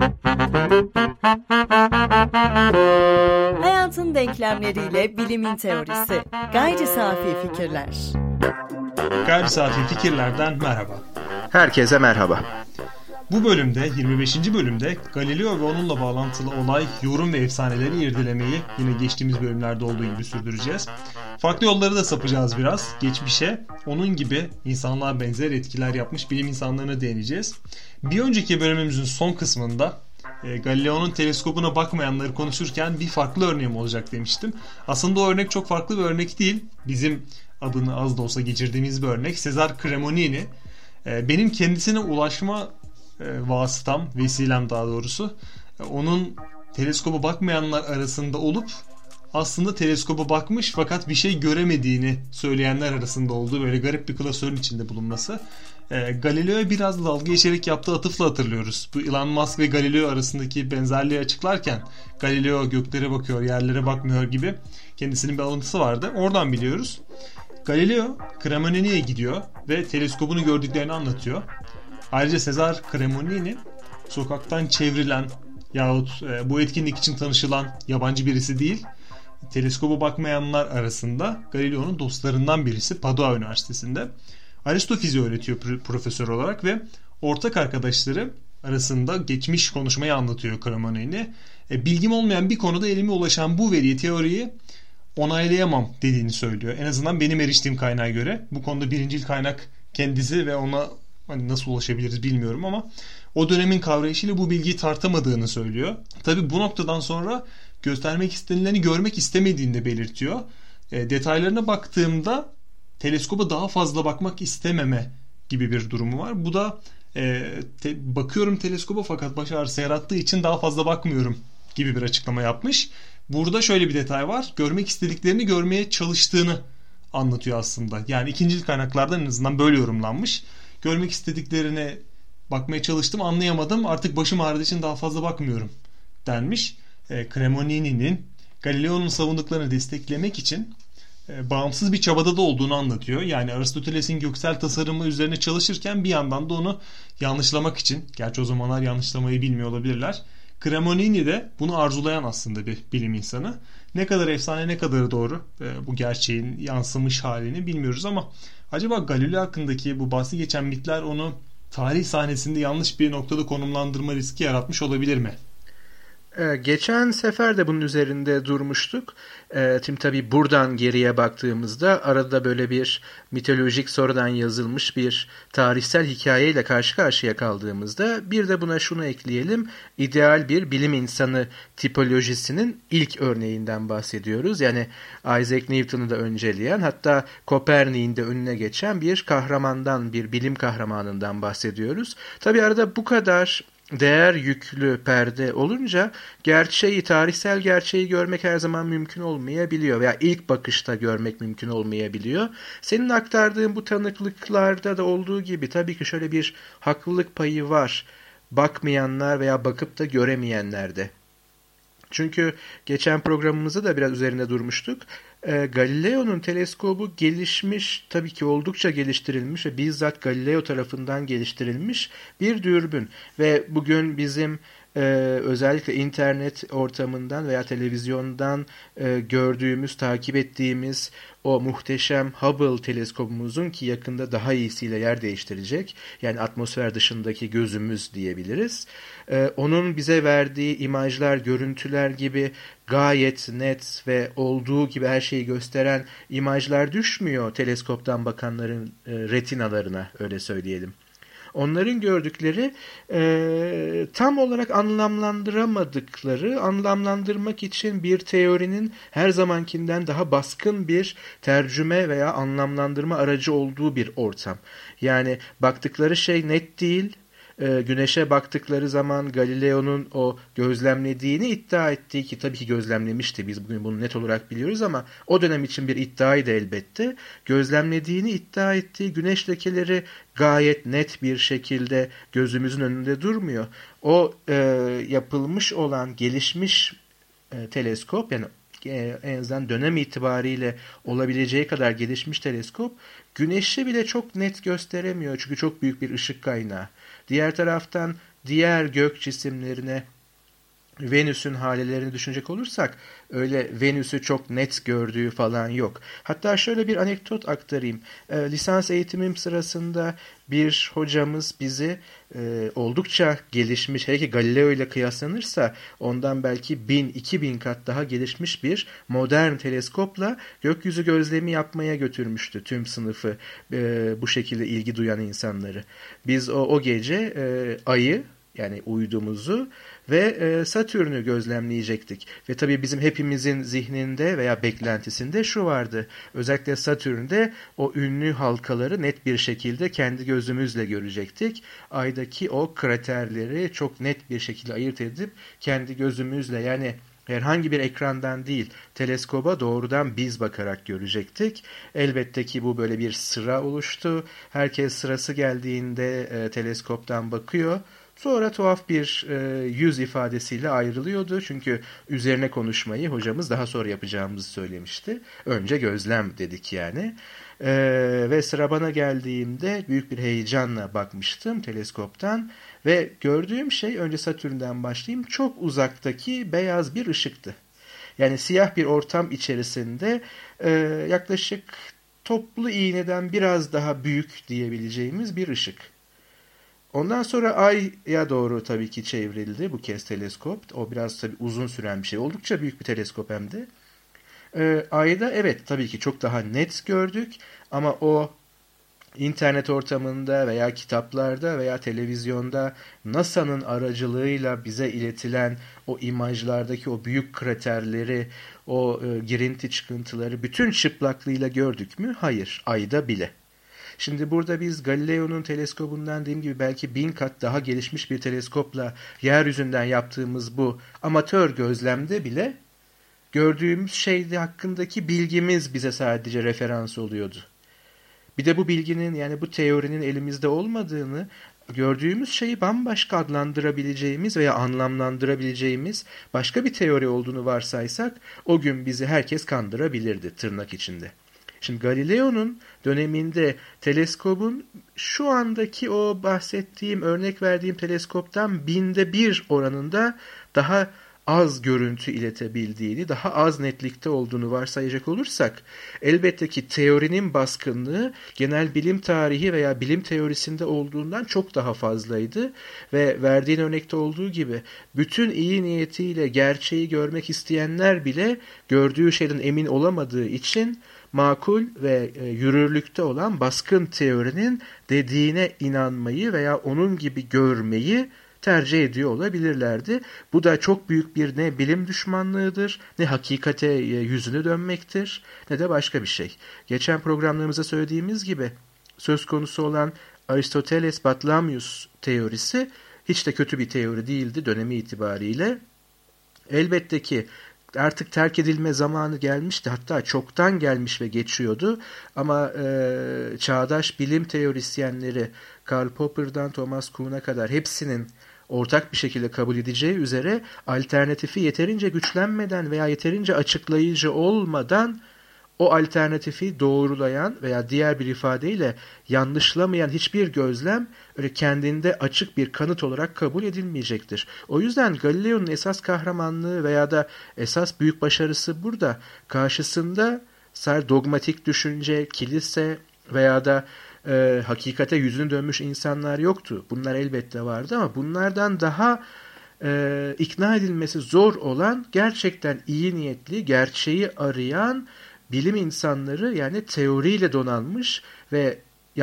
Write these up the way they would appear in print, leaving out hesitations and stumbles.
Hayatın denklemleriyle bilimin teorisi. Gayri safi fikirler. Gayri safi fikirlerden merhaba. Herkese merhaba. Bu bölümde, 25. bölümde Galileo ve onunla bağlantılı olay, yorum ve efsaneleri irdelemeyi yine geçtiğimiz bölümlerde olduğu gibi sürdüreceğiz. Farklı yolları da sapacağız biraz. Geçmişe onun gibi insanlığa benzer etkiler yapmış bilim insanlarına değineceğiz. Bir önceki bölümümüzün son kısmında Galileo'nun teleskopuna bakmayanları konuşurken bir farklı örneğim olacak demiştim. Aslında o örnek çok farklı bir örnek değil. Bizim adını az da olsa geçirdiğimiz bir örnek. Cesare Cremonini. Benim kendisine ulaşma vasıtam, vesilem daha doğrusu. Onun teleskopa bakmayanlar arasında olup aslında teleskopa bakmış fakat bir şey göremediğini söyleyenler arasında olduğu böyle garip bir klasörün içinde bulunması. Galileo'ya biraz dalga geçerek yaptığı atıfla hatırlıyoruz. Bu Elon Musk ve Galileo arasındaki benzerliği açıklarken Galileo göklere bakıyor, yerlere bakmıyor gibi kendisinin bir alıntısı vardı. Oradan biliyoruz. Galileo Cremonini'ye gidiyor ve teleskopunu gördüklerini anlatıyor. Ayrıca Cesare Cremonini sokaktan çevrilen yahut bu etkinlik için tanışılan yabancı birisi değil. Teleskoba bakmayanlar arasında Galileo'nun dostlarından birisi Padua Üniversitesi'nde. Aristofizi öğretiyor profesör olarak ve ortak arkadaşları arasında geçmiş konuşmayı anlatıyor Cremonini. Bilgim olmayan bir konuda elime ulaşan bu veriyi, teoriyi onaylayamam dediğini söylüyor. En azından benim eriştiğim kaynağa göre. Bu konuda birincil kaynak kendisi ve ona nasıl ulaşabiliriz bilmiyorum ama o dönemin kavrayışıyla bu bilgiyi tartamadığını söylüyor. Tabii bu noktadan sonra göstermek istenileni görmek istemediğini de belirtiyor. Detaylarına baktığımda teleskoba daha fazla bakmak istememe gibi bir durumu var. Bu da bakıyorum teleskoba fakat baş ağrısı yarattığı için daha fazla bakmıyorum gibi bir açıklama yapmış. Burada şöyle bir detay var. Görmek istediklerini görmeye çalıştığını anlatıyor aslında. Yani ikincil kaynaklardan en azından böyle yorumlanmış. Görmek istediklerine bakmaya çalıştım, anlayamadım. Artık başım ağrıdığı için daha fazla bakmıyorum denmiş. Cremonini'nin Galileo'nun savunduklarını desteklemek için bağımsız bir çabada da olduğunu anlatıyor. Yani Aristoteles'in göksel tasarımı üzerine çalışırken bir yandan da onu yanlışlamak için, gerçi o zamanlar yanlışlamayı bilmiyor olabilirler. Cremonini de bunu arzulayan aslında bir bilim insanı. Ne kadar efsane, ne kadar doğru bu gerçeğin yansımış halini bilmiyoruz ama acaba Galileo hakkındaki bu bahsi geçen mitler onu tarih sahnesinde yanlış bir noktada konumlandırma riski yaratmış olabilir mi? Geçen sefer de bunun üzerinde durmuştuk. Şimdi tabii buradan geriye baktığımızda arada böyle bir mitolojik sonradan yazılmış bir tarihsel hikayeyle karşı karşıya kaldığımızda bir de buna şunu ekleyelim. İdeal bir bilim insanı tipolojisinin ilk örneğinden bahsediyoruz. Yani Isaac Newton'u da önceleyen, hatta Kopernik'in de önüne geçen bir kahramandan, bir bilim kahramanından bahsediyoruz. Tabii arada bu kadar değer yüklü perde olunca gerçeği, tarihsel gerçeği görmek her zaman mümkün olmayabiliyor veya ilk bakışta görmek mümkün olmayabiliyor. Senin aktardığın bu tanıklıklarda da olduğu gibi tabii ki şöyle bir haklılık payı var. Bakmayanlar veya bakıp da göremeyenler de. Çünkü geçen programımızda da biraz üzerinde durmuştuk. Galileo'nun teleskobu gelişmiş, tabii ki oldukça geliştirilmiş ve bizzat Galileo tarafından geliştirilmiş bir dürbün. Ve bugün bizim özellikle internet ortamından veya televizyondan gördüğümüz, takip ettiğimiz o muhteşem Hubble teleskobumuzun, ki yakında daha iyisiyle yer değiştirecek, yani atmosfer dışındaki gözümüz diyebiliriz. Onun bize verdiği imajlar, görüntüler gibi gayet net ve olduğu gibi her şeyi gösteren imajlar düşmüyor teleskoptan bakanların retinalarına, öyle söyleyelim. Onların gördükleri tam olarak anlamlandıramadıkları, anlamlandırmak için bir teorinin her zamankinden daha baskın bir tercüme veya anlamlandırma aracı olduğu bir ortam. Yani baktıkları şey net değil. Güneşe baktıkları zaman Galileo'nun o gözlemlediğini iddia ettiği, ki tabii ki gözlemlemişti, biz bugün bunu net olarak biliyoruz ama o dönem için bir iddiaydı elbette. Gözlemlediğini iddia ettiği güneş lekeleri gayet net bir şekilde gözümüzün önünde durmuyor. O yapılmış olan gelişmiş teleskop, yani en azından dönem itibariyle olabileceği kadar gelişmiş teleskop güneşi bile çok net gösteremiyor çünkü çok büyük bir ışık kaynağı. Diğer taraftan diğer gök cisimlerine, Venüs'ün halelerini düşünecek olursak öyle Venüs'ü çok net gördüğü falan yok. Hatta şöyle bir anekdot aktarayım. Lisans eğitimim sırasında bir hocamız bizi oldukça gelişmiş, hele ki Galileo ile kıyaslanırsa ondan belki 1000-2000 kat daha gelişmiş bir modern teleskopla gökyüzü gözlemi yapmaya götürmüştü tüm sınıfı, bu şekilde ilgi duyan insanları. Biz o gece Ay'ı, yani uydumuzu ve Satürn'ü gözlemleyecektik. Ve tabii bizim hepimizin zihninde veya beklentisinde şu vardı. Özellikle Satürn'de o ünlü halkaları net bir şekilde kendi gözümüzle görecektik. Ay'daki o kraterleri çok net bir şekilde ayırt edip kendi gözümüzle, yani herhangi bir ekrandan değil, teleskoba doğrudan biz bakarak görecektik. Elbette ki bu böyle bir sıra oluştu. Herkes sırası geldiğinde teleskoptan bakıyor. Sonra tuhaf bir yüz ifadesiyle ayrılıyordu. Çünkü üzerine konuşmayı hocamız daha sonra yapacağımızı söylemişti. Önce gözlem dedik yani. Ve sıra bana geldiğimde büyük bir heyecanla bakmıştım teleskoptan. Ve gördüğüm şey, önce Satürn'den başlayayım, çok uzaktaki beyaz bir ışıktı. Yani siyah bir ortam içerisinde yaklaşık toplu iğneden biraz daha büyük diyebileceğimiz bir ışık. Ondan sonra Ay'a doğru tabii ki çevrildi bu kez teleskop. O biraz tabii uzun süren bir şey. Oldukça büyük bir teleskop hem de. Ay'da evet tabii ki çok daha net gördük. Ama o internet ortamında veya kitaplarda veya televizyonda NASA'nın aracılığıyla bize iletilen o imajlardaki o büyük kraterleri, o girinti çıkıntıları bütün çıplaklığıyla gördük mü? Hayır. Ay'da bile. Şimdi burada biz Galileo'nun teleskobundan dediğim gibi belki 1000 kat daha gelişmiş bir teleskopla yeryüzünden yaptığımız bu amatör gözlemde bile gördüğümüz şeyde hakkındaki bilgimiz bize sadece referans oluyordu. Bir de bu bilginin, yani bu teorinin elimizde olmadığını, gördüğümüz şeyi bambaşka adlandırabileceğimiz veya anlamlandırabileceğimiz başka bir teori olduğunu varsaysak o gün bizi herkes kandırabilirdi tırnak içinde. Şimdi Galileo'nun döneminde teleskobun şu andaki o bahsettiğim, örnek verdiğim teleskoptan 1/1000 oranında daha az görüntü iletebildiğini, daha az netlikte olduğunu varsayacak olursak, elbette ki teorinin baskınlığı genel bilim tarihi veya bilim teorisinde olduğundan çok daha fazlaydı ve verdiğin örnekte olduğu gibi bütün iyi niyetiyle gerçeği görmek isteyenler bile gördüğü şeyden emin olamadığı için makul ve yürürlükte olan baskın teorinin dediğine inanmayı veya onun gibi görmeyi tercih ediyor olabilirlerdi. Bu da çok büyük bir ne bilim düşmanlığıdır, ne hakikate yüzünü dönmektir, ne de başka bir şey. Geçen programlarımızda söylediğimiz gibi söz konusu olan Aristoteles Batlamyus teorisi hiç de kötü bir teori değildi dönemi itibariyle. Elbette ki artık terk edilme zamanı gelmişti. Hatta çoktan gelmiş ve geçiyordu. Ama çağdaş bilim teorisyenleri Karl Popper'dan Thomas Kuhn'a kadar hepsinin ortak bir şekilde kabul edeceği üzere alternatifi yeterince güçlenmeden veya yeterince açıklayıcı olmadan o alternatifi doğrulayan veya diğer bir ifadeyle yanlışlamayan hiçbir gözlem öyle kendinde açık bir kanıt olarak kabul edilmeyecektir. O yüzden Galileo'nun esas kahramanlığı veya da esas büyük başarısı burada. Karşısında sadece dogmatik düşünce, kilise veya da hakikate yüzünü dönmüş insanlar yoktu. Bunlar elbette vardı ama bunlardan daha ikna edilmesi zor olan gerçekten iyi niyetli, gerçeği arayan bilim insanları, yani teoriyle donanmış ve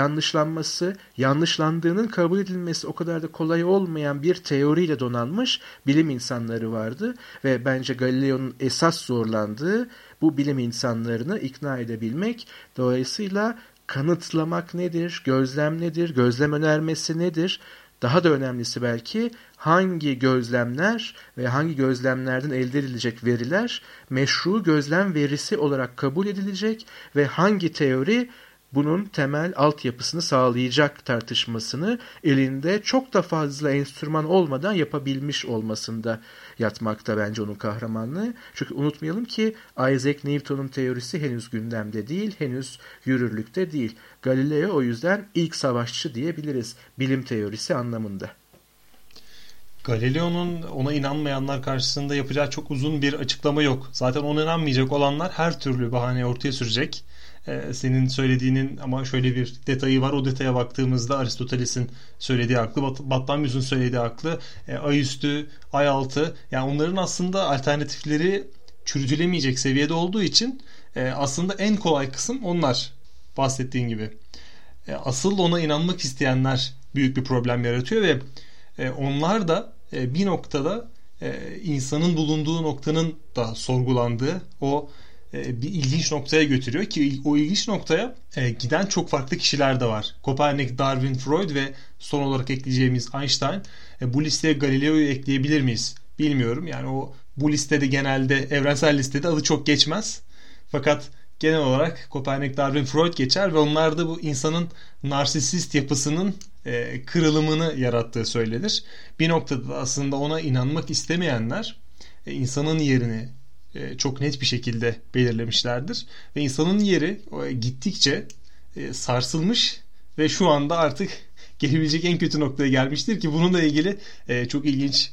yanlışlandığının kabul edilmesi o kadar da kolay olmayan bir teoriyle donanmış bilim insanları vardı. Ve bence Galileo'nun esas zorlandığı bu bilim insanlarını ikna edebilmek. Dolayısıyla kanıtlamak nedir, gözlem nedir, gözlem önermesi nedir? Daha da önemlisi belki hangi gözlemler ve hangi gözlemlerden elde edilecek veriler meşru gözlem verisi olarak kabul edilecek ve hangi teori bunun temel altyapısını sağlayacak tartışmasını elinde çok da fazla enstrüman olmadan yapabilmiş olmasında yatmakta bence onun kahramanlığı. Çünkü unutmayalım ki Isaac Newton'un teorisi henüz gündemde değil, henüz yürürlükte değil. Galileo o yüzden ilk savaşçı diyebiliriz bilim teorisi anlamında. Galileo'nun ona inanmayanlar karşısında yapacağı çok uzun bir açıklama yok. Zaten ona inanmayacak olanlar her türlü bahaneyi ortaya sürecek. Senin söylediğinin ama şöyle bir detayı var. O detaya baktığımızda Aristoteles'in söylediği haklı, Batlamyus'un söylediği haklı, ay üstü, ay altı. Yani onların aslında alternatifleri çürütülemeyecek seviyede olduğu için aslında en kolay kısım onlar, bahsettiğin gibi. Asıl ona inanmak isteyenler büyük bir problem yaratıyor ve onlar da bir noktada insanın bulunduğu noktanın da sorgulandığı o bir ilginç noktaya götürüyor ki o ilginç noktaya giden çok farklı kişiler de var. Kopernik, Darwin, Freud ve son olarak ekleyeceğimiz Einstein. Bu listeye Galileo'yu ekleyebilir miyiz? Bilmiyorum. Yani bu listede genelde evrensel listede adı çok geçmez. Fakat genel olarak Kopernik, Darwin, Freud geçer ve onlar da bu insanın narsisist yapısının kırılımını yarattığı söylenir. Bir noktada aslında ona inanmak istemeyenler insanın yerini çok net bir şekilde belirlemişlerdir. Ve insanın yeri gittikçe sarsılmış ve şu anda artık gelebilecek en kötü noktaya gelmiştir ki bununla ilgili çok ilginç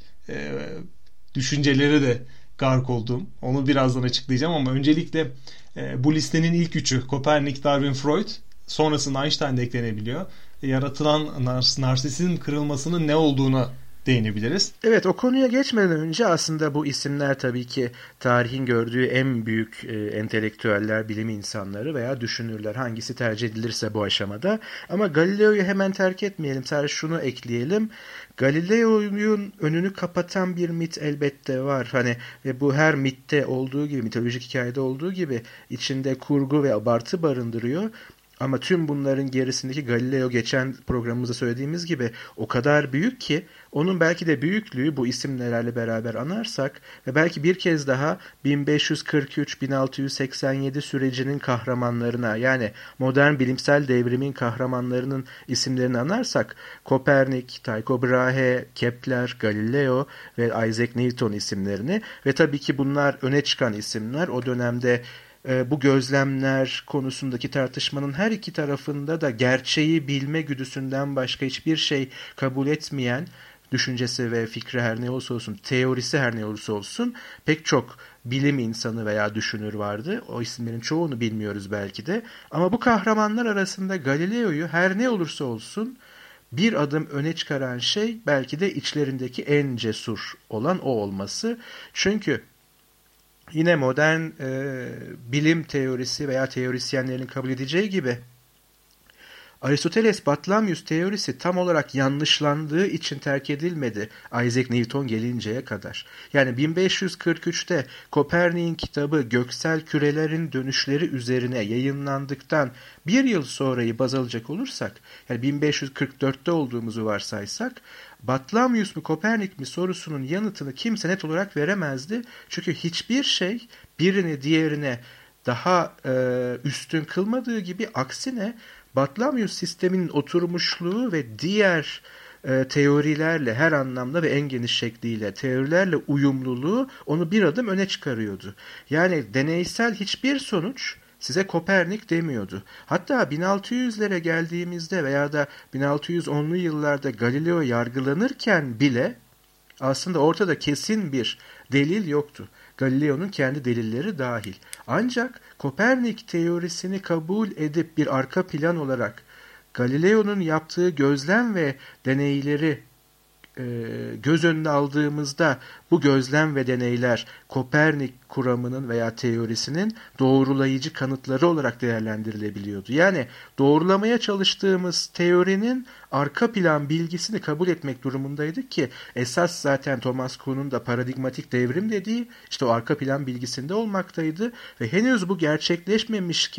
düşüncelere de gark oldum. Onu birazdan açıklayacağım ama öncelikle bu listenin ilk üçü Kopernik, Darwin, Freud, sonrasında Einstein de eklenebiliyor. Yaratılan narsisizm kırılmasının ne olduğuna değinebiliriz. Evet, o konuya geçmeden önce aslında bu isimler tabii ki tarihin gördüğü en büyük entelektüeller, bilim insanları veya düşünürler. Hangisi tercih edilirse bu aşamada. Ama Galileo'yu hemen terk etmeyelim. Sadece şunu ekleyelim. Galileo'nun önünü kapatan bir mit elbette var. Hani ve bu her mitte olduğu gibi, mitolojik hikayede olduğu gibi içinde kurgu ve abartı barındırıyor. Ama tüm bunların gerisindeki Galileo, geçen programımızda söylediğimiz gibi, o kadar büyük ki onun belki de büyüklüğü bu isimlerle beraber anarsak ve belki bir kez daha 1543-1687 sürecinin kahramanlarına, yani modern bilimsel devrimin kahramanlarının isimlerini anarsak Kopernik, Tycho Brahe, Kepler, Galileo ve Isaac Newton isimlerini ve tabii ki bunlar öne çıkan isimler. O dönemde bu gözlemler konusundaki tartışmanın her iki tarafında da gerçeği bilme güdüsünden başka hiçbir şey kabul etmeyen, düşüncesi ve fikri her ne olursa olsun, teorisi her ne olursa olsun pek çok bilim insanı veya düşünür vardı. O isimlerin çoğunu bilmiyoruz belki de. Ama bu kahramanlar arasında Galileo'yu her ne olursa olsun bir adım öne çıkaran şey belki de içlerindeki en cesur olan o olması. Çünkü yine modern bilim teorisi veya teorisyenlerin kabul edeceği gibi Aristoteles Batlamyus teorisi tam olarak yanlışlandığı için terk edilmedi Isaac Newton gelinceye kadar. Yani 1543'te Kopernik'in kitabı göksel kürelerin dönüşleri üzerine yayınlandıktan bir yıl sonrayı baz alacak olursak, yani 1544'te olduğumuzu varsaysak, Batlamyus mu Kopernik mi sorusunun yanıtını kimse net olarak veremezdi. Çünkü hiçbir şey birini diğerine daha üstün kılmadığı gibi, aksine Batlamyus sisteminin oturmuşluğu ve diğer teorilerle her anlamda ve en geniş şekliyle teorilerle uyumluluğu onu bir adım öne çıkarıyordu. Yani deneysel hiçbir sonuç size Kopernik demiyordu. Hatta 1600'lere geldiğimizde veya da 1610'lu yıllarda Galileo yargılanırken bile aslında ortada kesin bir delil yoktu. Galileo'nun kendi delilleri dahil. Ancak Kopernik teorisini kabul edip bir arka plan olarak Galileo'nun yaptığı gözlem ve deneyleri göz önüne aldığımızda bu gözlem ve deneyler Kopernik kuramının veya teorisinin doğrulayıcı kanıtları olarak değerlendirilebiliyordu. Yani doğrulamaya çalıştığımız teorinin arka plan bilgisini kabul etmek durumundaydık ki esas zaten Thomas Kuhn'un da paradigmatik devrim dediği işte o arka plan bilgisinde olmaktaydı ve henüz bu gerçekleşmemişken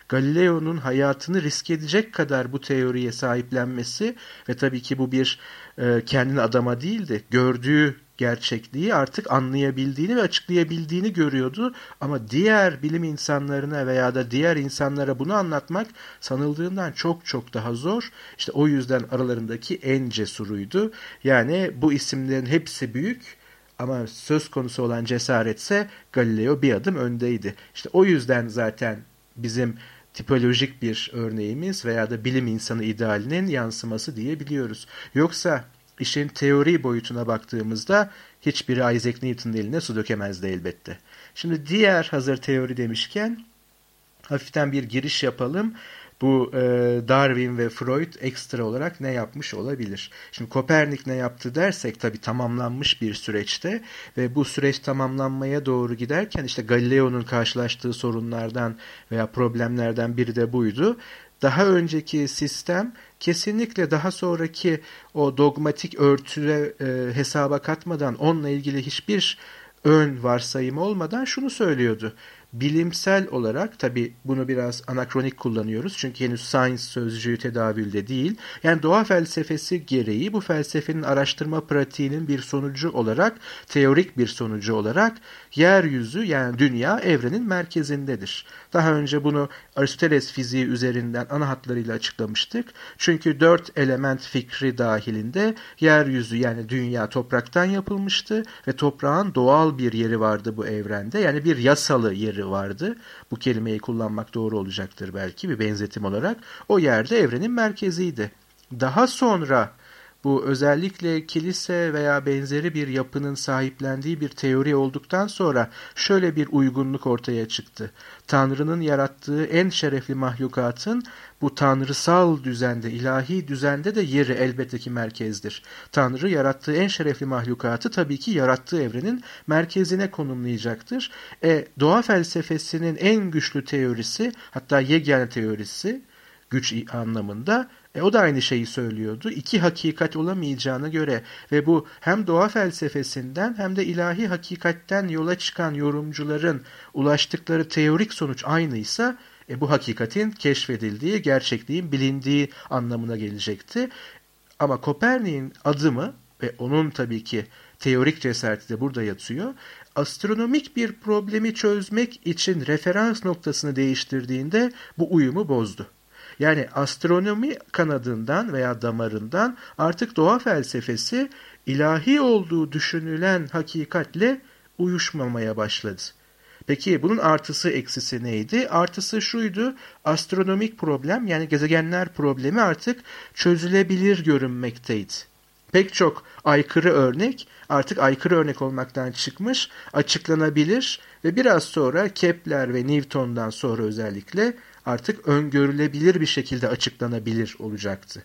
Galileo'nun hayatını risk edecek kadar bu teoriye sahiplenmesi ve tabii ki bu bir kendini adama değildi. Gördüğü gerçekliği artık anlayabildiğini ve açıklayabildiğini görüyordu. Ama diğer bilim insanlarına veya da diğer insanlara bunu anlatmak sanıldığından çok çok daha zor. İşte o yüzden aralarındaki en cesuruydu. Yani bu isimlerin hepsi büyük ama söz konusu olan cesaretse Galileo bir adım öndeydi. İşte o yüzden zaten bizim tipolojik bir örneğimiz veya da bilim insanı idealinin yansıması diyebiliyoruz. Yoksa işin teori boyutuna baktığımızda hiçbiri Isaac Newton'un eline su dökemezdi elbette. Şimdi diğer hazır teori demişken hafiften bir giriş yapalım. Bu Darwin ve Freud ekstra olarak ne yapmış olabilir? Şimdi Kopernik ne yaptı dersek tabii tamamlanmış bir süreçte ve bu süreç tamamlanmaya doğru giderken işte Galileo'nun karşılaştığı sorunlardan veya problemlerden biri de buydu. Daha önceki sistem kesinlikle daha sonraki o dogmatik örtüye hesaba katmadan onunla ilgili hiçbir ön varsayım olmadan şunu söylüyordu. Bilimsel olarak tabii bunu biraz anakronik kullanıyoruz çünkü henüz science sözcüğü tedavülde değil. Yani doğa felsefesi gereği bu felsefenin araştırma pratiğinin bir sonucu olarak, teorik bir sonucu olarak yeryüzü yani dünya evrenin merkezindedir. Daha önce bunu Aristoteles fiziği üzerinden ana hatlarıyla açıklamıştık. Çünkü 4 element fikri dahilinde yeryüzü yani dünya topraktan yapılmıştı ve toprağın doğal bir yeri vardı bu evrende. Yani bir yasalı yeri vardı. Bu kelimeyi kullanmak doğru olacaktır belki bir benzetim olarak. O yerde evrenin merkeziydi. Daha sonra bu özellikle kilise veya benzeri bir yapının sahiplendiği bir teori olduktan sonra şöyle bir uygunluk ortaya çıktı. Tanrı'nın yarattığı en şerefli mahlukatın bu tanrısal düzende, ilahi düzende de yeri elbette ki merkezdir. Tanrı yarattığı en şerefli mahlukatı tabii ki yarattığı evrenin merkezine konumlayacaktır. Doğa felsefesinin en güçlü teorisi, hatta yegane teorisi, güç anlamında, o da aynı şeyi söylüyordu. İki hakikat olamayacağına göre ve bu hem doğa felsefesinden hem de ilahi hakikatten yola çıkan yorumcuların ulaştıkları teorik sonuç aynıysa bu hakikatin keşfedildiği, gerçekliğin bilindiği anlamına gelecekti. Ama Kopernik'in adımı ve onun tabii ki teorik cesareti de burada yatıyor. Astronomik bir problemi çözmek için referans noktasını değiştirdiğinde bu uyumu bozdu. Yani astronomi kanadından veya damarından artık doğa felsefesi ilahi olduğu düşünülen hakikatle uyuşmamaya başladı. Peki bunun artısı eksisi neydi? Artısı şuydu, astronomik problem yani gezegenler problemi artık çözülebilir görünmekteydi. Pek çok aykırı örnek artık aykırı örnek olmaktan çıkmış, açıklanabilir ve biraz sonra Kepler ve Newton'dan sonra özellikle artık öngörülebilir bir şekilde açıklanabilir olacaktı.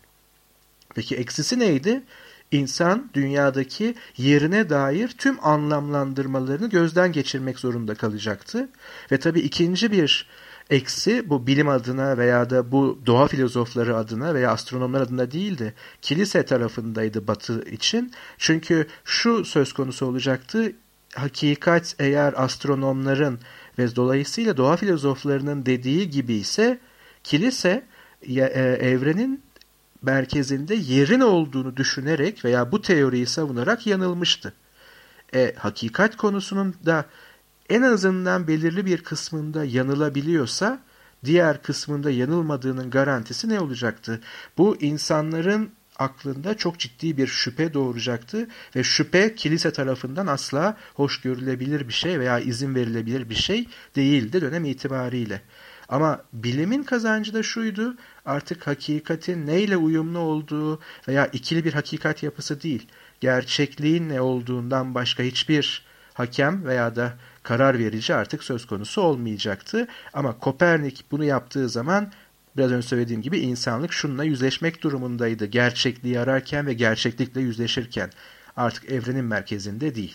Peki eksisi neydi? İnsan dünyadaki yerine dair tüm anlamlandırmalarını gözden geçirmek zorunda kalacaktı. Ve tabii ikinci bir eksi bu bilim adına veya da bu doğa filozofları adına veya astronomlar adına değildi. Kilise tarafındaydı Batı için. Çünkü şu söz konusu olacaktı. Hakikat eğer astronomların ve dolayısıyla doğa filozoflarının dediği gibi ise kilise evrenin merkezinde yerin olduğunu düşünerek veya bu teoriyi savunarak yanılmıştı. Hakikat konusunun da en azından belirli bir kısmında yanılabiliyorsa diğer kısmında yanılmadığının garantisi ne olacaktı? Bu insanların aklında çok ciddi bir şüphe doğuracaktı ve şüphe kilise tarafından asla hoş görülebilir bir şey veya izin verilebilir bir şey değildi dönem itibariyle. Ama bilimin kazancı da şuydu, artık hakikatin neyle uyumlu olduğu veya ikili bir hakikat yapısı değil, gerçekliğin ne olduğundan başka hiçbir hakem veya da karar verici artık söz konusu olmayacaktı. Ama Kopernik bunu yaptığı zaman biraz önce söylediğim gibi insanlık şununla yüzleşmek durumundaydı. Gerçekliği ararken ve gerçeklikle yüzleşirken artık evrenin merkezinde değil.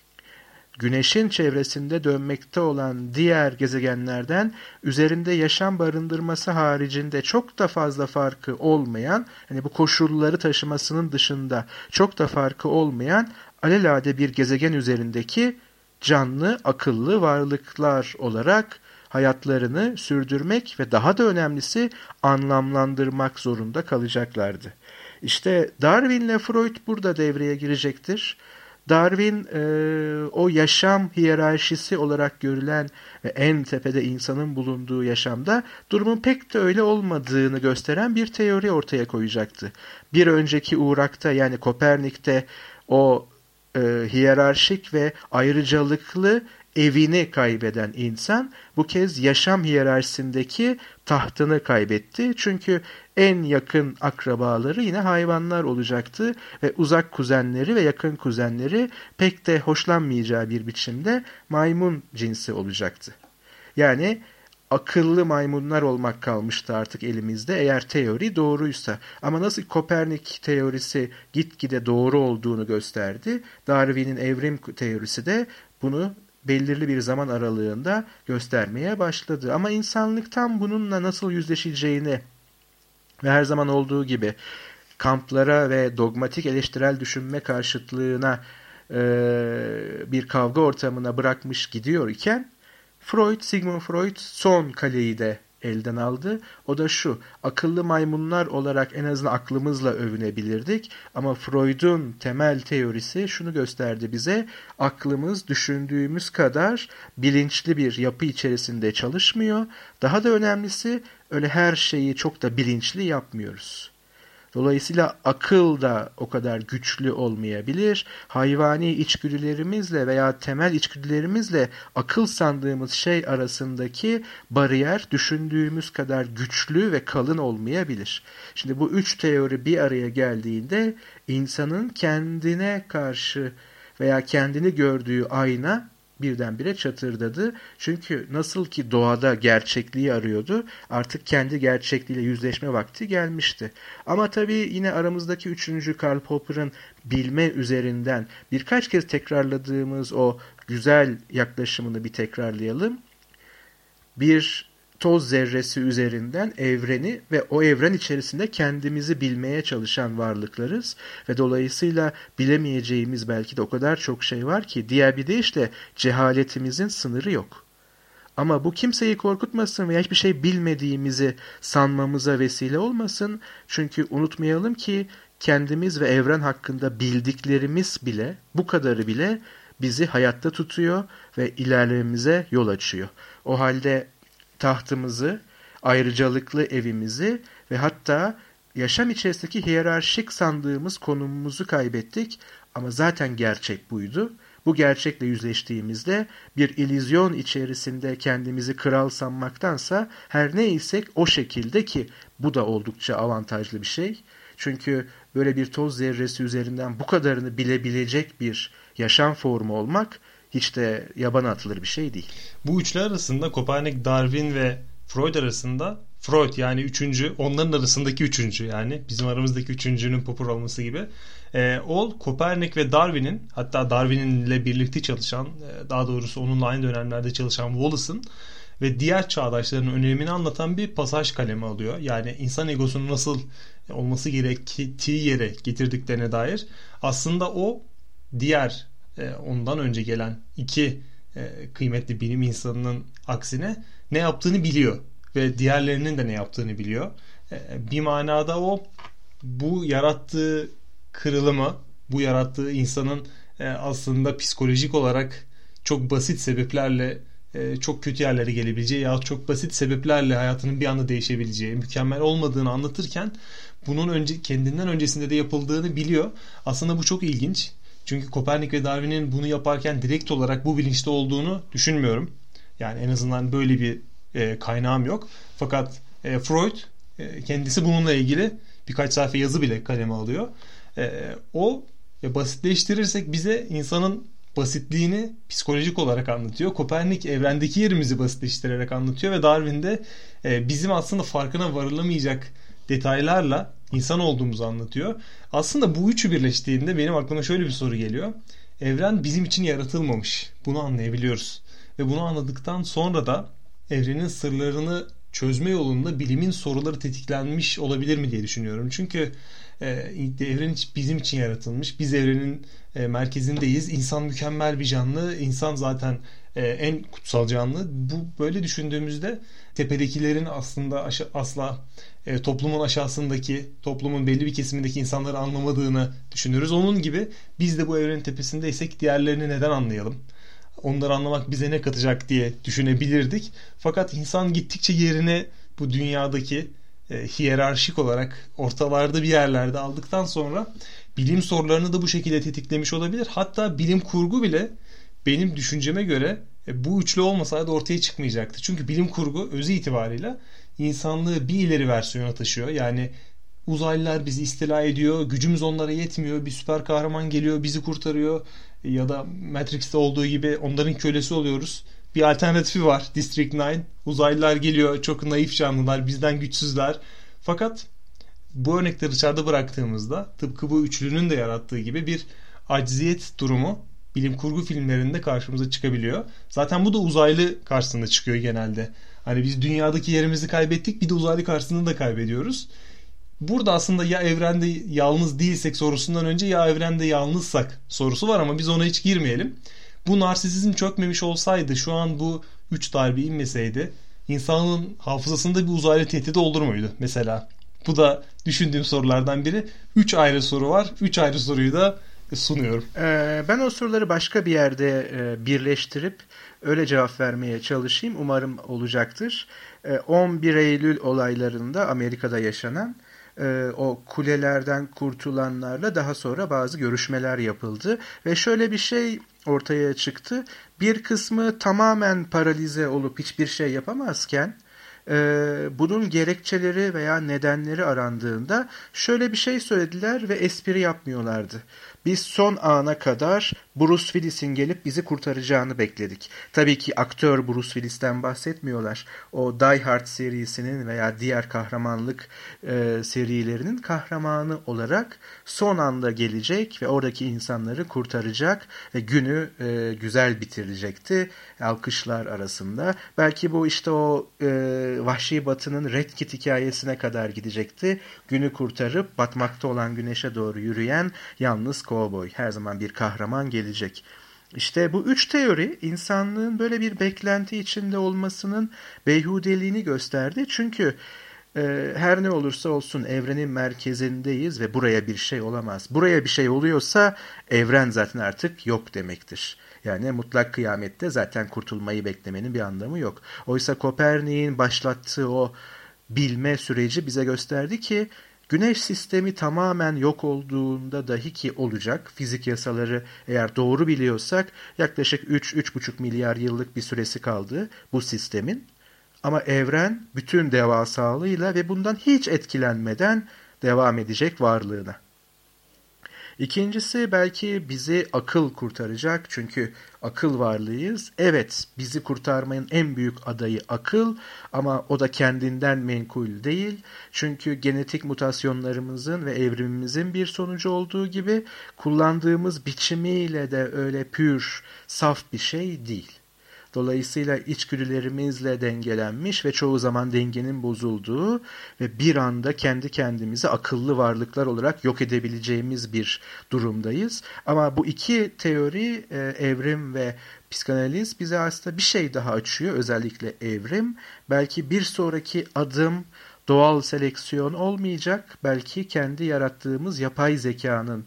Güneşin çevresinde dönmekte olan diğer gezegenlerden üzerinde yaşam barındırması haricinde çok da fazla farkı olmayan, hani bu koşulları taşımasının dışında çok da farkı olmayan alelade bir gezegen üzerindeki canlı, akıllı varlıklar olarak hayatlarını sürdürmek ve daha da önemlisi anlamlandırmak zorunda kalacaklardı. İşte Darwin'le Freud burada devreye girecektir. Darwin o yaşam hiyerarşisi olarak görülen ve en tepede insanın bulunduğu yaşamda durumun pek de öyle olmadığını gösteren bir teori ortaya koyacaktı. Bir önceki uğrakta yani Kopernik'te o hiyerarşik ve ayrıcalıklı evini kaybeden insan bu kez yaşam hiyerarşisindeki tahtını kaybetti. Çünkü en yakın akrabaları yine hayvanlar olacaktı ve uzak kuzenleri ve yakın kuzenleri pek de hoşlanmayacağı bir biçimde maymun cinsi olacaktı. Yani akıllı maymunlar olmak kalmıştı artık elimizde eğer teori doğruysa. Ama nasıl Kopernik teorisi gitgide doğru olduğunu gösterdi, Darwin'in evrim teorisi de bunu belirli bir zaman aralığında göstermeye başladı. Ama insanlık tam bununla nasıl yüzleşeceğini ve her zaman olduğu gibi kamplara ve dogmatik eleştirel düşünme karşıtlığına bir kavga ortamına bırakmış gidiyor iken Sigmund Freud son kaleyi de elden aldı. O da şu, akıllı maymunlar olarak en azından aklımızla övünebilirdik ama Freud'un temel teorisi şunu gösterdi bize, aklımız düşündüğümüz kadar bilinçli bir yapı içerisinde çalışmıyor. Daha da önemlisi öyle her şeyi çok da bilinçli yapmıyoruz. Dolayısıyla akıl da o kadar güçlü olmayabilir. Hayvani içgüdülerimizle veya temel içgüdülerimizle akıl sandığımız şey arasındaki bariyer düşündüğümüz kadar güçlü ve kalın olmayabilir. Şimdi bu üç teori bir araya geldiğinde insanın kendine karşı veya kendini gördüğü ayna birdenbire çatırdadı. Çünkü nasıl ki doğada gerçekliği arıyordu, artık kendi gerçekliğiyle yüzleşme vakti gelmişti. Ama tabii yine aramızdaki üçüncü Karl Popper'ın bilme üzerinden birkaç kez tekrarladığımız o güzel yaklaşımını bir tekrarlayalım. Bir toz zerresi üzerinden evreni ve o evren içerisinde kendimizi bilmeye çalışan varlıklarız ve dolayısıyla bilemeyeceğimiz belki de o kadar çok şey var ki diğer bir deyişle cehaletimizin sınırı yok. Ama bu kimseyi korkutmasın veya hiçbir şey bilmediğimizi sanmamıza vesile olmasın. Çünkü unutmayalım ki kendimiz ve evren hakkında bildiklerimiz bile, bu kadarı bile bizi hayatta tutuyor ve ilerlememize yol açıyor. O halde tahtımızı, ayrıcalıklı evimizi ve hatta yaşam içerisindeki hiyerarşik sandığımız konumumuzu kaybettik ama zaten gerçek buydu. Bu gerçekle yüzleştiğimizde bir illüzyon içerisinde kendimizi kral sanmaktansa her neysek o şekilde, ki bu da oldukça avantajlı bir şey. Çünkü böyle bir toz zerresi üzerinden bu kadarını bilebilecek bir yaşam formu olmak hiç de yabana atılır bir şey değil. Bu üçlü arasında Kopernik, Darwin ve Freud arasında Freud yani üçüncü, onların arasındaki üçüncü, yani bizim aramızdaki üçüncünün Popper olması gibi. O Kopernik ve Darwin'in, hatta Darwin'inle birlikte çalışan, daha doğrusu onunla aynı dönemlerde çalışan Wallace'ın ve diğer çağdaşlarının önemini anlatan bir pasaj kaleme alıyor. Yani insan egosunun nasıl olması gerektiği yere getirdiklerine dair. Aslında o diğer ondan önce gelen iki kıymetli bilim insanının aksine ne yaptığını biliyor ve diğerlerinin de ne yaptığını biliyor. Bir manada o bu yarattığı kırılımı, bu yarattığı insanın aslında psikolojik olarak çok basit sebeplerle çok kötü yerlere gelebileceği ya çok basit sebeplerle hayatının bir anda değişebileceği, mükemmel olmadığını anlatırken bunun kendinden öncesinde de yapıldığını biliyor. Aslında bu çok ilginç. Çünkü Kopernik ve Darwin'in bunu yaparken direkt olarak bu bilinçte olduğunu düşünmüyorum. Yani en azından böyle bir kaynağım yok. Fakat Freud kendisi bununla ilgili birkaç sayfa yazı bile kaleme alıyor. O basitleştirirsek bize insanın basitliğini psikolojik olarak anlatıyor. Kopernik evrendeki yerimizi basitleştirerek anlatıyor ve Darwin de bizim aslında farkına varılamayacak detaylarla insan olduğumuzu anlatıyor. Aslında bu üçü birleştiğinde benim aklıma şöyle bir soru geliyor. Evren bizim için yaratılmamış. Bunu anlayabiliyoruz. Ve bunu anladıktan sonra da evrenin sırlarını çözme yolunda bilimin soruları tetiklenmiş olabilir mi diye düşünüyorum. Çünkü evren bizim için yaratılmış. Biz evrenin merkezindeyiz. İnsan mükemmel bir canlı. İnsan zaten en kutsal canlı. Bu böyle düşündüğümüzde tepedekilerin aslında asla toplumun aşağısındaki, toplumun belli bir kesimindeki insanları anlamadığını düşünürüz. Onun gibi biz de bu evrenin tepesindeysek diğerlerini neden anlayalım? Onları anlamak bize ne katacak diye düşünebilirdik. Fakat insan gittikçe yerine bu dünyadaki hiyerarşik olarak ortalarda bir yerlerde aldıktan sonra bilim sorularını da bu şekilde tetiklemiş olabilir. Hatta bilim kurgu bile benim düşünceme göre bu üçlü olmasaydı ortaya çıkmayacaktı. Çünkü bilim kurgu özü itibariyle insanlığı bir ileri versiyona taşıyor. Yani uzaylılar bizi istila ediyor, gücümüz onlara yetmiyor, bir süper kahraman geliyor bizi kurtarıyor ya da Matrix'te olduğu gibi onların kölesi oluyoruz. Bir alternatifi var, District 9. Uzaylılar geliyor, çok naif canlılar, bizden güçsüzler. Fakat bu örnekleri dışarıda bıraktığımızda tıpkı bu üçlünün de yarattığı gibi bir acziyet durumu bilim kurgu filmlerinde karşımıza çıkabiliyor. Zaten bu da uzaylı karşısında çıkıyor genelde. Hani biz dünyadaki yerimizi kaybettik, bir de uzaylı karşısında da kaybediyoruz. Burada aslında ya evrende yalnız değilsek sorusundan önce ya evrende yalnızsak sorusu var ama biz ona hiç girmeyelim. Bu narsisizm çökmemiş olsaydı, şu an bu 3 darbe inmeseydi insanın hafızasında bir uzaylı tehdidi olur muydu mesela? Bu da düşündüğüm sorulardan biri. 3 ayrı soru var. 3 ayrı soruyu da sunuyorum. Ben o soruları başka bir yerde birleştirip öyle cevap vermeye çalışayım. Umarım olacaktır. 11 Eylül olaylarında Amerika'da yaşanan o kulelerden kurtulanlarla daha sonra bazı görüşmeler yapıldı. Ve şöyle bir şey ortaya çıktı. Bir kısmı tamamen paralize olup hiçbir şey yapamazken bunun gerekçeleri veya nedenleri arandığında şöyle bir şey söylediler ve espri yapmıyorlardı. Biz son ana kadar Bruce Willis'in gelip bizi kurtaracağını bekledik. Tabii ki aktör Bruce Willis'ten bahsetmiyorlar. O Die Hard serisinin veya diğer kahramanlık serilerinin kahramanı olarak son anda gelecek ve oradaki insanları kurtaracak ve günü güzel bitirecekti alkışlar arasında. Belki bu işte o Vahşi Batı'nın Red Kit hikayesine kadar gidecekti. Günü kurtarıp batmakta olan güneşe doğru yürüyen yalnız kovboy. Her zaman bir kahraman gelecek. İşte bu üç teori insanlığın böyle bir beklenti içinde olmasının beyhudeliğini gösterdi. Çünkü her ne olursa olsun evrenin merkezindeyiz ve buraya bir şey olamaz. Buraya bir şey oluyorsa evren zaten artık yok demektir. Yani mutlak kıyamette zaten kurtulmayı beklemenin bir anlamı yok. Oysa Kopernik'in başlattığı o bilme süreci bize gösterdi ki Güneş sistemi tamamen yok olduğunda dahi ki olacak, fizik yasaları eğer doğru biliyorsak yaklaşık 3-3,5 milyar yıllık bir süresi kaldı bu sistemin. Ama evren bütün devasalığıyla ve bundan hiç etkilenmeden devam edecek varlığına. İkincisi belki bizi akıl kurtaracak çünkü akıl varlığıyız. Evet, bizi kurtarmanın en büyük adayı akıl ama o da kendinden menkul değil. Çünkü genetik mutasyonlarımızın ve evrimimizin bir sonucu olduğu gibi kullandığımız biçimiyle de öyle pür, saf bir şey değil. Dolayısıyla içgüdülerimizle dengelenmiş ve çoğu zaman dengenin bozulduğu ve bir anda kendi kendimizi akıllı varlıklar olarak yok edebileceğimiz bir durumdayız. Ama bu iki teori evrim ve psikanaliz bize aslında bir şey daha açıyor. Özellikle evrim. Belki bir sonraki adım doğal seleksiyon olmayacak. Belki kendi yarattığımız yapay zekanın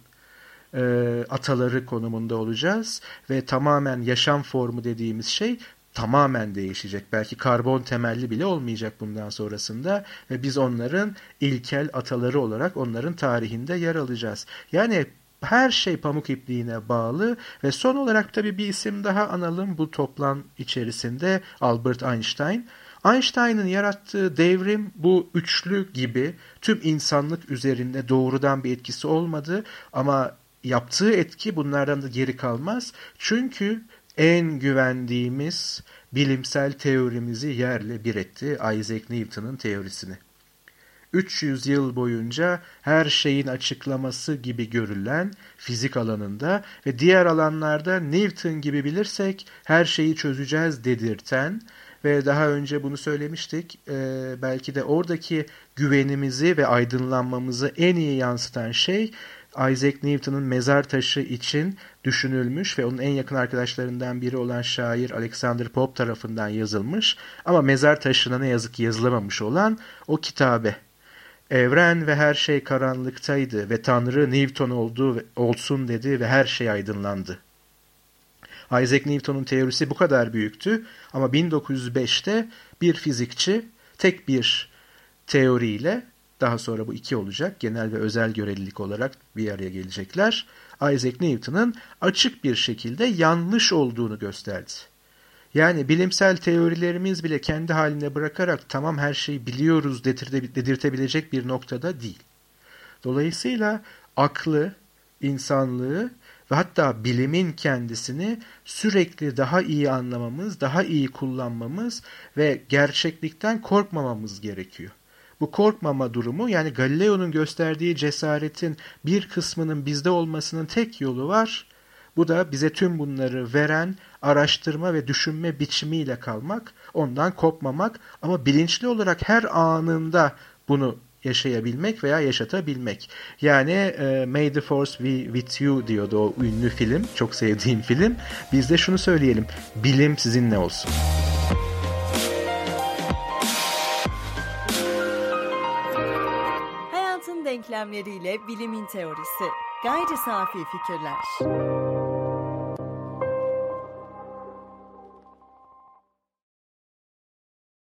ataları konumunda olacağız ve tamamen yaşam formu dediğimiz şey tamamen değişecek. Belki karbon temelli bile olmayacak bundan sonrasında ve biz onların ilkel ataları olarak onların tarihinde yer alacağız. Yani her şey pamuk ipliğine bağlı ve son olarak tabii bir isim daha analım bu toplam içerisinde Albert Einstein. Einstein'ın yarattığı devrim bu üçlü gibi tüm insanlık üzerinde doğrudan bir etkisi olmadı ama yaptığı etki bunlardan da geri kalmaz. Çünkü en güvendiğimiz bilimsel teorimizi yerle bir etti Isaac Newton'un teorisini. 300 yıl boyunca her şeyin açıklaması gibi görülen fizik alanında ve diğer alanlarda Newton gibi bilirsek her şeyi çözeceğiz dedirten ve daha önce bunu söylemiştik belki de oradaki güvenimizi ve aydınlanmamızı en iyi yansıtan şey Isaac Newton'un mezar taşı için düşünülmüş ve onun en yakın arkadaşlarından biri olan şair Alexander Pope tarafından yazılmış ama mezar taşına ne yazık ki yazılamamış olan o kitabe. Evren ve her şey karanlıktaydı ve Tanrı Newton olsun dedi ve her şey aydınlandı. Isaac Newton'un teorisi bu kadar büyüktü ama 1905'te bir fizikçi tek bir teoriyle, daha sonra bu iki olacak, genel ve özel görelilik olarak bir araya gelecekler, Isaac Newton'un açık bir şekilde yanlış olduğunu gösterdi. Yani bilimsel teorilerimiz bile kendi haline bırakarak tamam her şeyi biliyoruz dedirtebilecek bir noktada değil. Dolayısıyla aklı, insanlığı ve hatta bilimin kendisini sürekli daha iyi anlamamız, daha iyi kullanmamız ve gerçeklikten korkmamamız gerekiyor. Bu korkmama durumu, yani Galileo'nun gösterdiği cesaretin bir kısmının bizde olmasının tek yolu var. Bu da bize tüm bunları veren araştırma ve düşünme biçimiyle kalmak, ondan kopmamak ama bilinçli olarak her anında bunu yaşayabilmek veya yaşatabilmek. Yani May the Force be with you diyordu o ünlü film, çok sevdiğim film. Biz de şunu söyleyelim, bilim sizinle olsun. Hayatın denklemleriyle bilimin teorisi. Gayri safi fikirler.